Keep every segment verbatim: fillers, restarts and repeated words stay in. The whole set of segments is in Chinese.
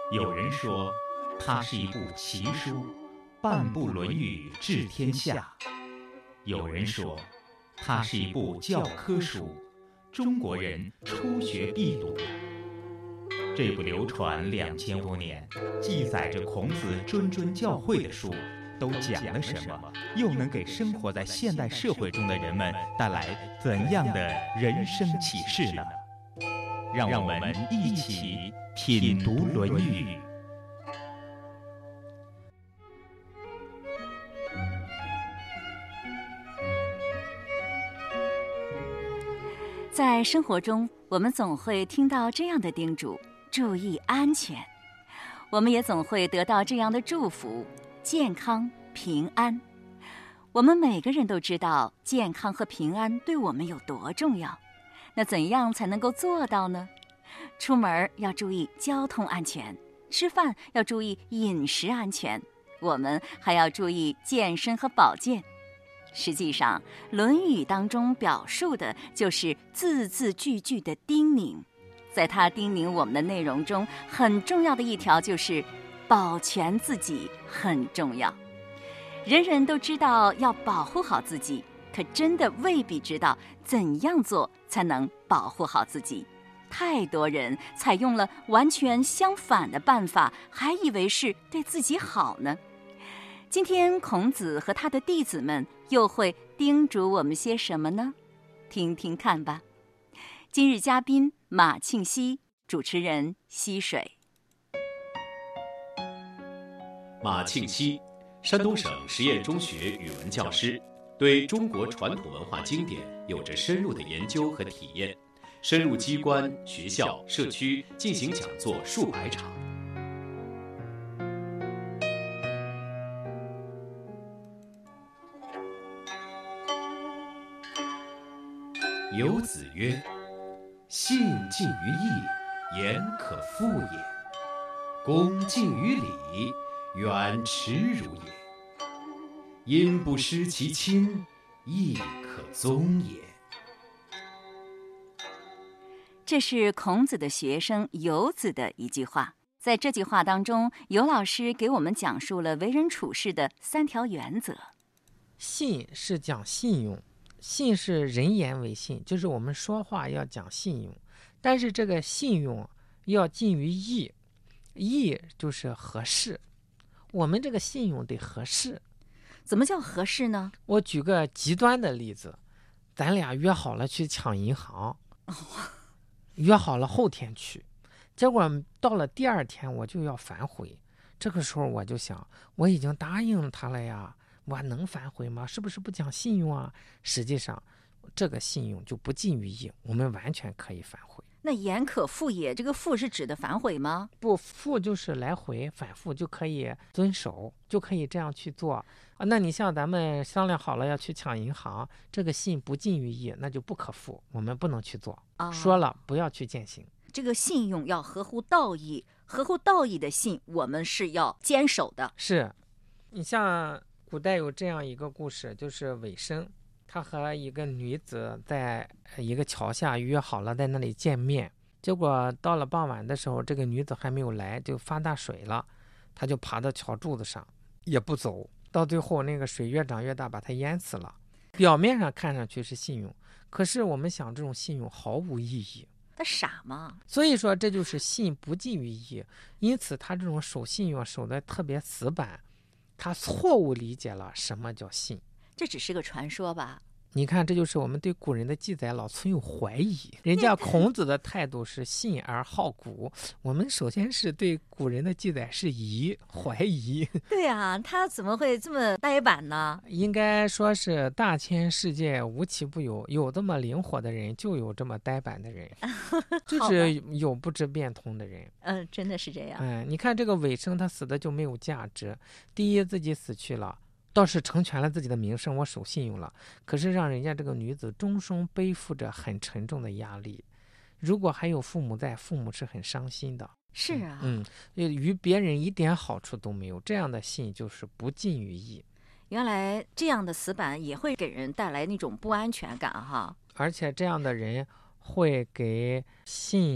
有人说，它是一部奇书，半部《论语》治天下；有人说，它是一部教科书，中国人初学必读。这部流传两千多年，记载着孔子谆谆教诲的书，都讲了什么？又能给生活在现代社会中的人们带来怎样的人生启示呢？让我们一起品读《论语》。 在生活中，我们总会听到这样的叮嘱：注意安全。我们也总会得到这样的祝福：健康平安。我们每个人都知道健康和平安对我们有多重要，那怎样才能够做到呢？出门要注意交通安全，吃饭要注意饮食安全，我们还要注意健身和保健。实际上，《论语》当中表述的就是字字句句的叮咛。在他叮咛我们的内容中，很重要的一条就是保全自己很重要。人人都知道要保护好自己，可真的未必知道怎样做才能保护好自己。太多人采用了完全相反的办法，还以为是对自己好呢。今天孔子和他的弟子们又会叮嘱我们些什么呢？听听看吧。今日嘉宾马庆西，主持人溪水。 马庆西，山东省实验中学语文教师，对中国传统文化经典有着深入的研究和体验，深入机关、学校、社区进行讲座数百场。有子曰：信近于义，言可复也；恭敬于礼，远耻辱也。因不失其亲，亦可宗也。 这是孔子的学生游子的一句话。在这句话当中，游老师给我们讲述了为人处事的三条原则。 信是讲信用，信是人言为信，就是我们说话要讲信用，但是这个信用要近于义，义就是合适，我们这个信用得合适。 怎么叫合适呢？ 我举个极端的例子，咱俩约好了去抢银行，哦、约好了后天去，结果到了第二天我就要反悔，这个时候我就想，我已经答应他了呀，我能反悔吗？是不是不讲信用啊？实际上这个信用就不近于义，我们完全可以反悔。 那言可复也，这个复是指的反悔吗？ 不，复就是来回反复就可以遵守，就可以这样去做啊。那你像咱们商量好了要去抢银行，这个信不近于义，那就不可复，我们不能去做、哦、说了不要去践行。 这个信用要合乎道义，合乎道义的信我们是要坚守的。 是，你像古代有这样一个故事，就是尾生，他和一个女子在一个桥下约好了在那里见面，结果到了傍晚的时候，这个女子还没有来，就发大水了，他就爬到桥柱子上也不走，到最后那个水越涨越大，把他淹死了。表面上看上去是信用，可是我们想这种信用毫无意义， 他傻吗？ 所以说这就是信不近于义，因此他这种守信用守得特别死板，他错误理解了什么叫信。 这只是个传说吧？ 你看，这就是我们对古人的记载老存有怀疑。人家孔子的态度是信而好古，我们首先是对古人的记载是疑怀疑。 对啊，他怎么会这么呆板呢？ 应该说是大千世界无奇不有，有这么灵活的人，就有这么呆板的人，就是有不知变通的人。 嗯、呃，真的是这样。 嗯，你看这个尾生，他死的就没有价值。第一，自己死去了，倒是成全了自己的名声，我守信用了，可是让人家这个女子终生背负着很沉重的压力。如果还有父母在，父母是很伤心的。 是啊， 嗯，与别人一点好处都没有，这样的信就是不近于义。 原来这样的死板也会给人带来那种不安全感哈。 而且这样的人会给信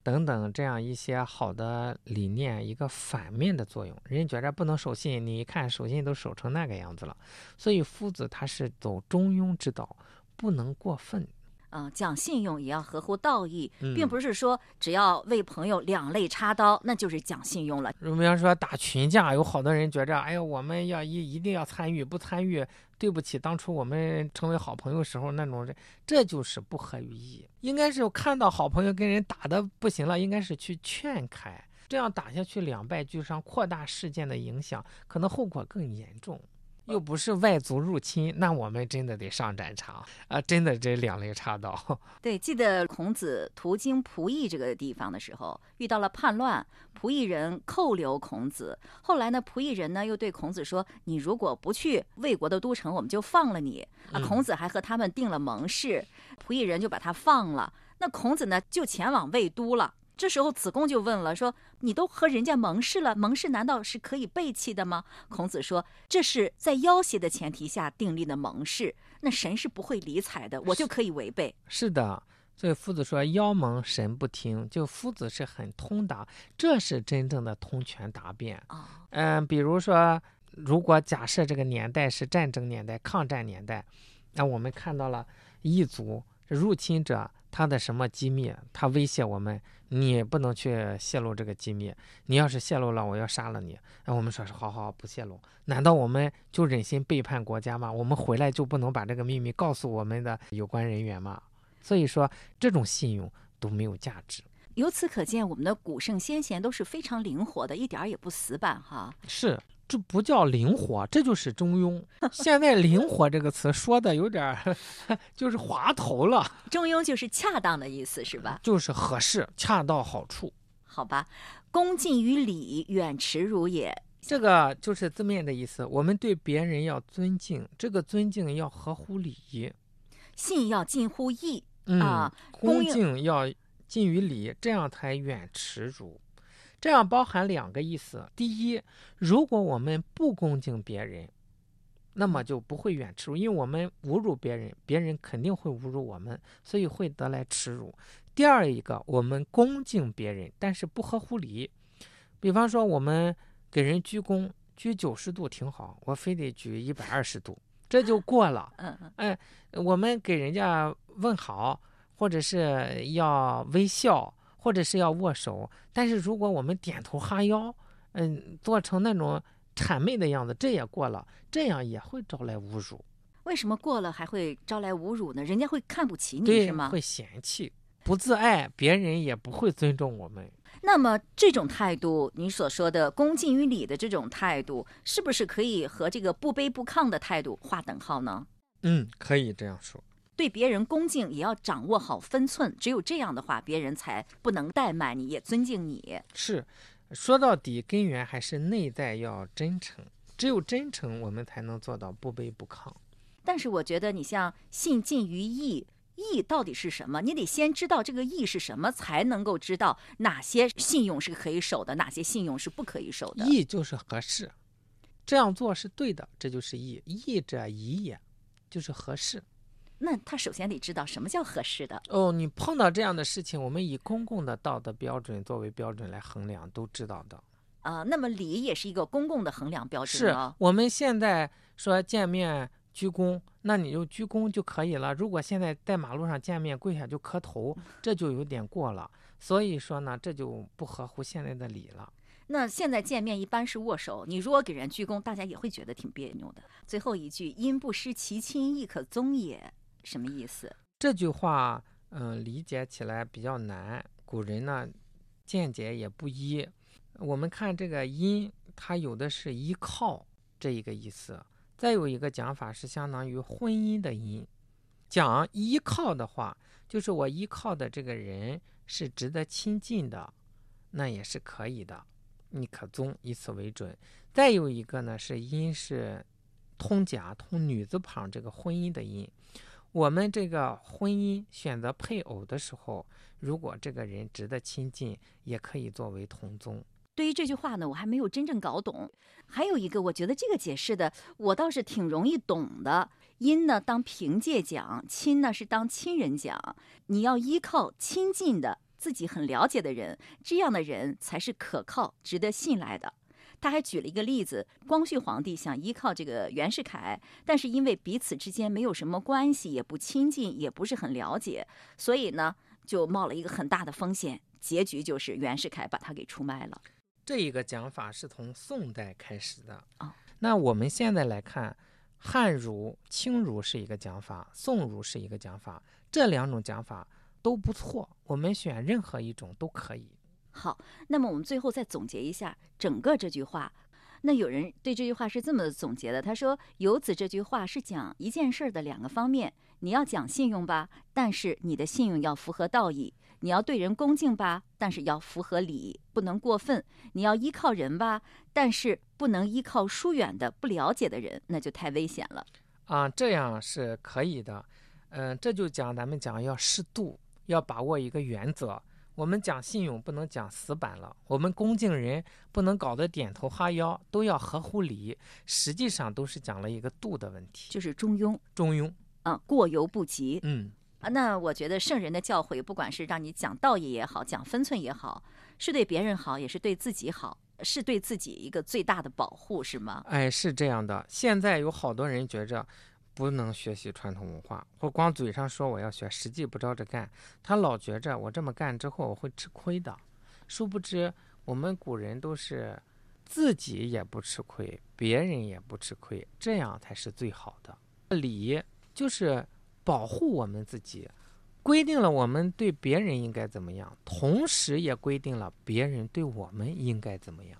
等等这样一些好的理念一个反面的作用，人觉着不能守信，你一看守信都守成那个样子了。所以夫子他是走中庸之道，不能过分。 嗯、呃，讲信用也要合乎道义， 嗯并不是说只要为朋友两肋插刀，那就是讲信用了。 比方说打群架，有好多人觉着，哎呀，我们要一一定要参与，不参与，对不起当初我们成为好朋友时候那种人，这就是不合于义。应该是看到好朋友跟人打的不行了，应该是去劝开，这样打下去两败俱伤，扩大事件的影响，可能后果更严重。又不是外族入侵，那我们真的得上战场啊！真的这两肋插刀。 对，记得孔子途经蒲邑这个地方的时候，遇到了叛乱，蒲邑人扣留孔子。后来呢，蒲邑人呢又对孔子说：“你如果不去魏国的都城，我们就放了你。”啊，孔子还和他们定了盟誓，蒲邑人就把他放了。那孔子呢就前往魏都了。这时候子贡就问了，说你都和人家盟誓了，盟誓难道是可以背弃的吗？孔子说，这是在要挟的前提下订立的盟誓，那神是不会理睬的，我就可以违背。 是的，所以夫子说邀盟神不听，就夫子是很通达，这是真正的通权达变。 哦、 嗯，比如说如果假设这个年代是战争年代、抗战年代，那我们看到了异族入侵者他的什么机密，他威胁我们，你不能去泄露这个机密，你要是泄露了，我要杀了你。那我们说是好好不泄露，难道我们就忍心背叛国家吗？我们回来就不能把这个秘密告诉我们的有关人员吗？所以说这种信用都没有价值。 由此可见，我们的古圣先贤都是非常灵活的，一点儿也不死板哈。 是，这不叫灵活，这就是中庸。现在灵活这个词说的有点就是滑头了。 中庸就是恰当的意思是吧？ 就是合适，恰到好处。 好吧，恭敬于礼，远耻辱也。 这个就是字面的意思，我们对别人要尊敬，这个尊敬要合乎礼。 信要近乎义、 嗯、 啊， 恭敬要近于礼，这样才远耻辱。这样包含两个意思。第一，如果我们不恭敬别人，那么就不会远耻辱，因为我们侮辱别人，别人肯定会侮辱我们，所以会得来耻辱。第二一个，我们恭敬别人，但是不合乎礼。比方说我们给人鞠躬，鞠九十度挺好，我非得鞠一百二十度，这就过了。 嗯嗯， 哎，我们给人家问好，或者是要微笑，或者是要握手，但是如果我们点头哈腰，嗯，做成那种谄媚的样子，这也过了，这样也会招来侮辱。 为什么过了还会招来侮辱呢？人家会看不起你对， 是吗？ 会嫌弃，不自爱，别人也不会尊重我们。 那么这种态度，你所说的恭敬于礼的这种态度，是不是可以和这个不卑不亢的态度划等号呢？ 嗯，可以这样说。 对别人恭敬也要掌握好分寸，只有这样的话，别人才不能怠慢你，也尊敬你。 是，说到底，根源还是内在要真诚，只有真诚，我们才能做到不卑不亢。 但是我觉得，你像信近于义，义到底是什么？你得先知道这个义是什么，才能够知道哪些信用是可以守的，哪些信用是不可以守的。 义就是合适，这样做是对的，这就是义。义者宜也，就是合适。 那他首先得知道什么叫合适的。 哦，你碰到这样的事情，我们以公共的道德标准作为标准来衡量，都知道的。 啊、呃，那么礼也是一个公共的衡量标准。 是我们现在说见面鞠躬，那你就鞠躬就可以了。如果现在在马路上见面跪下就磕头，这就有点过了。所以说呢，这就不合乎现在的礼了。 那现在见面一般是握手，你如果给人鞠躬，大家也会觉得挺别扭的。最后一句，因不失其亲，亦可宗也，什么意思？ 这句话，嗯、呃，理解起来比较难，古人呢见解也不一。我们看这个因，它有的是依靠这一个意思，再有一个讲法是相当于婚姻的因。讲依靠的话，就是我依靠的这个人是值得亲近的，那也是可以的，你可宗，以此为准。再有一个呢是因，是通假通女字旁这个婚姻的因。我们这个婚姻选择配偶的时候，如果这个人值得亲近，也可以作为同宗。 对于这句话呢，我还没有真正搞懂。还有一个，我觉得这个解释的我倒是挺容易懂的。因呢当凭借讲，亲呢是当亲人讲，你要依靠亲近的自己很了解的人，这样的人才是可靠、值得信赖的。他还举了一个例子，光绪皇帝想依靠这个袁世凯，但是因为彼此之间没有什么关系，也不亲近，也不是很了解，所以呢，就冒了一个很大的风险，结局就是袁世凯把他给出卖了。 这一个讲法是从宋代开始的。 哦， 那我们现在来看，汉儒、清儒是一个讲法，宋儒是一个讲法，这两种讲法都不错，我们选任何一种都可以。 好，那么我们最后再总结一下整个这句话。那有人对这句话是这么总结的，他说游子这句话是讲一件事的两个方面，你要讲信用吧，但是你的信用要符合道义；你要对人恭敬吧，但是要符合礼，不能过分；你要依靠人吧，但是不能依靠疏远的不了解的人，那就太危险了啊。这样是可以的，嗯、呃，这就讲咱们讲要适度，要把握一个原则。我们讲信用不能讲死板了，我们恭敬人不能搞得点头哈腰，都要合乎礼，实际上都是讲了一个度的问题， 就是中庸， 中庸啊，过犹不及。 嗯啊，那我觉得圣人的教诲，不管是让你讲道义也好，讲分寸也好，是对别人好，也是对自己好，是对自己一个最大的保护，是吗？ 哎，是这样的。现在有好多人觉着不能学习传统文化，或光嘴上说我要学，实际不照着干。他老觉着我这么干之后我会吃亏的，殊不知我们古人都是自己也不吃亏，别人也不吃亏，这样才是最好的。礼就是保护我们自己，规定了我们对别人应该怎么样，同时也规定了别人对我们应该怎么样。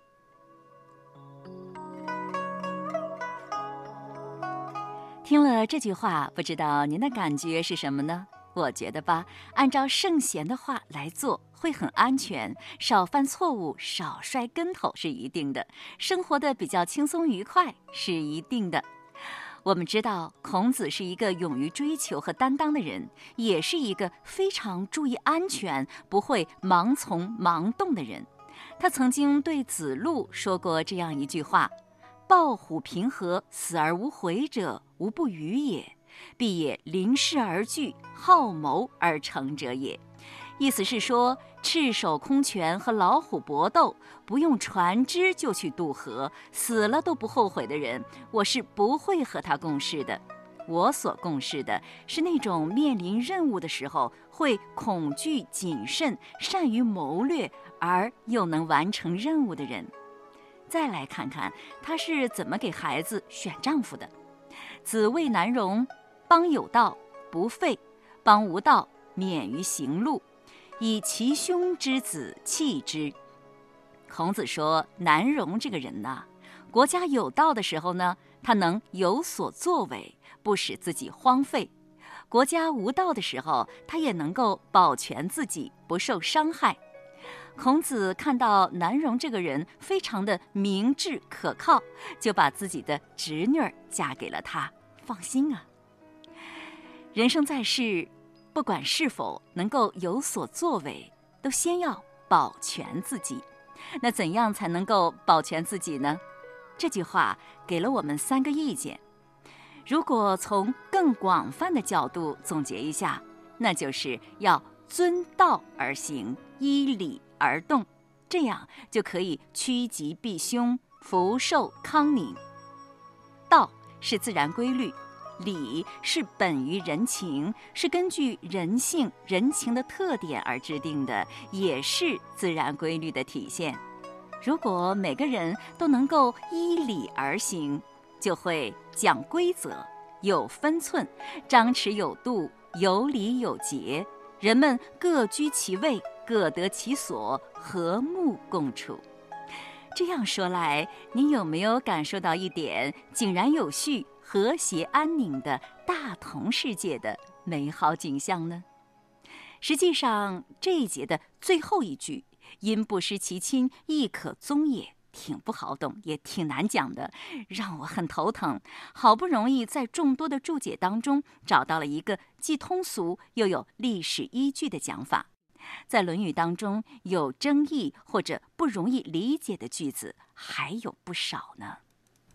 听了这句话，不知道您的感觉是什么呢？我觉得吧，按照圣贤的话来做会很安全，少犯错误，少摔跟头是一定的，生活的比较轻松愉快是一定的。我们知道孔子是一个勇于追求和担当的人，也是一个非常注意安全，不会盲从盲动的人。他曾经对子路说过这样一句话：抱虎平和，死而无悔者，无不愚也，必也临事而惧，好谋而成者也。意思是说，赤手空拳和老虎搏斗，不用船只就去渡河，死了都不后悔的人，我是不会和他共事的。我所共事的是那种面临任务的时候会恐惧谨慎，善于谋略，而又能完成任务的人。再来看看他是怎么给孩子选丈夫的。子谓南荣：邦有道，不废；邦无道，免于行路。以其兄之子弃之。孔子说，南荣这个人呢，国家有道的时候呢，他能有所作为，不使自己荒废；国家无道的时候，他也能够保全自己，不受伤害。孔子看到南荣这个人非常的明智可靠，就把自己的侄女儿嫁给了他。放心啊，人生在世，不管是否能够有所作为，都先要保全自己。那怎样才能够保全自己呢？这句话给了我们三个意见。如果从更广泛的角度总结一下，那就是要遵道而行，依礼而动，这样就可以趋吉避凶，福寿康宁。道是自然规律，礼是本于人情，是根据人性人情的特点而制定的，也是自然规律的体现。如果每个人都能够依礼而行，就会讲规则，有分寸，张弛有度，有礼有节，人们各居其位，各得其所，和睦共处。这样说来，你有没有感受到一点井然有序、和谐安宁的大同世界的美好景象呢？实际上，这一节的最后一句“因不失其亲，亦可宗也”挺不好懂，也挺难讲的，让我很头疼。好不容易在众多的注解当中找到了一个既通俗又有历史依据的讲法。在《论语》当中，有争议或者不容易理解的句子还有不少呢。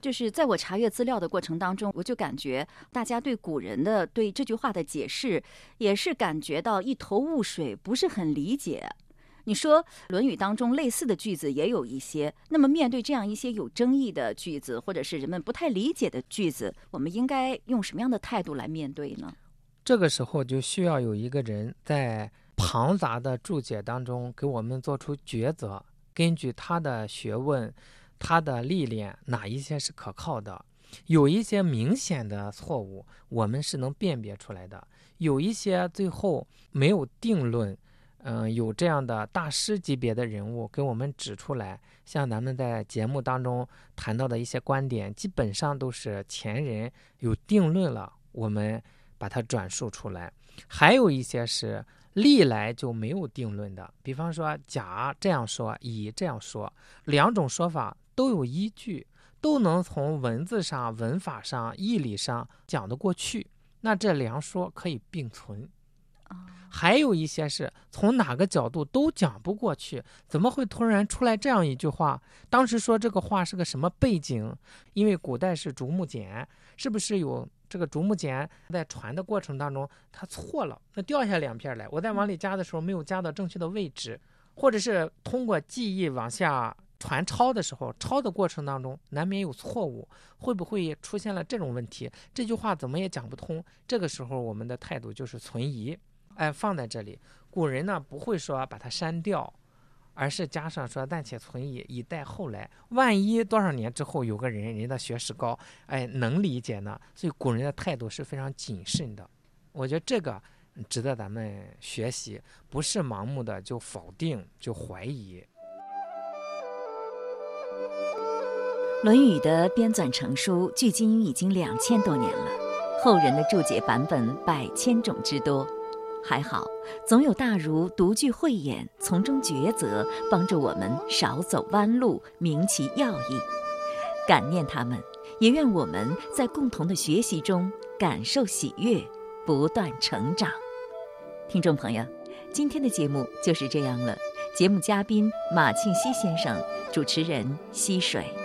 就是在我查阅资料的过程当中，我就感觉大家对古人的对这句话的解释，也是感觉到一头雾水，不是很理解。你说《论语》当中类似的句子也有一些，那么面对这样一些有争议的句子，或者是人们不太理解的句子，我们应该用什么样的态度来面对呢？ 这个时候就需要有一个人在庞杂的注解当中给我们做出抉择，根据他的学问他的历练，哪一些是可靠的，有一些明显的错误我们是能辨别出来的，有一些最后没有定论，嗯、呃，有这样的大师级别的人物给我们指出来，像咱们在节目当中谈到的一些观点，基本上都是前人有定论了，我们把它转述出来。还有一些是历来就没有定论的，比方说甲这样说，乙这样说，两种说法都有依据，都能从文字上、文法上、义理上讲得过去，那这两说可以并存。还有一些是从哪个角度都讲不过去，怎么会突然出来这样一句话？当时说这个话是个什么背景？因为古代是竹木简，是不是有这个竹木简在传的过程当中它错了，那掉下两片来，我在往里加的时候没有加到正确的位置，或者是通过记忆往下传抄的时候，抄的过程当中难免有错误，会不会出现了这种问题？这句话怎么也讲不通，这个时候我们的态度就是存疑，哎，放在这里。古人呢不会说把它删掉，而是加上说暂且存疑，以待后来，万一多少年之后有个人人的学识高，哎，能理解呢，所以古人的态度是非常谨慎的。我觉得这个值得咱们学习，不是盲目的就否定就怀疑。 《论语》的编纂成书距今已经两千多年了，后人的注解版本百千种之多。还好，总有大儒独具慧眼，从中抉择，帮助我们少走弯路，明其要义。感念他们，也愿我们在共同的学习中感受喜悦，不断成长。听众朋友，今天的节目就是这样了。节目嘉宾马庆西先生，主持人溪水。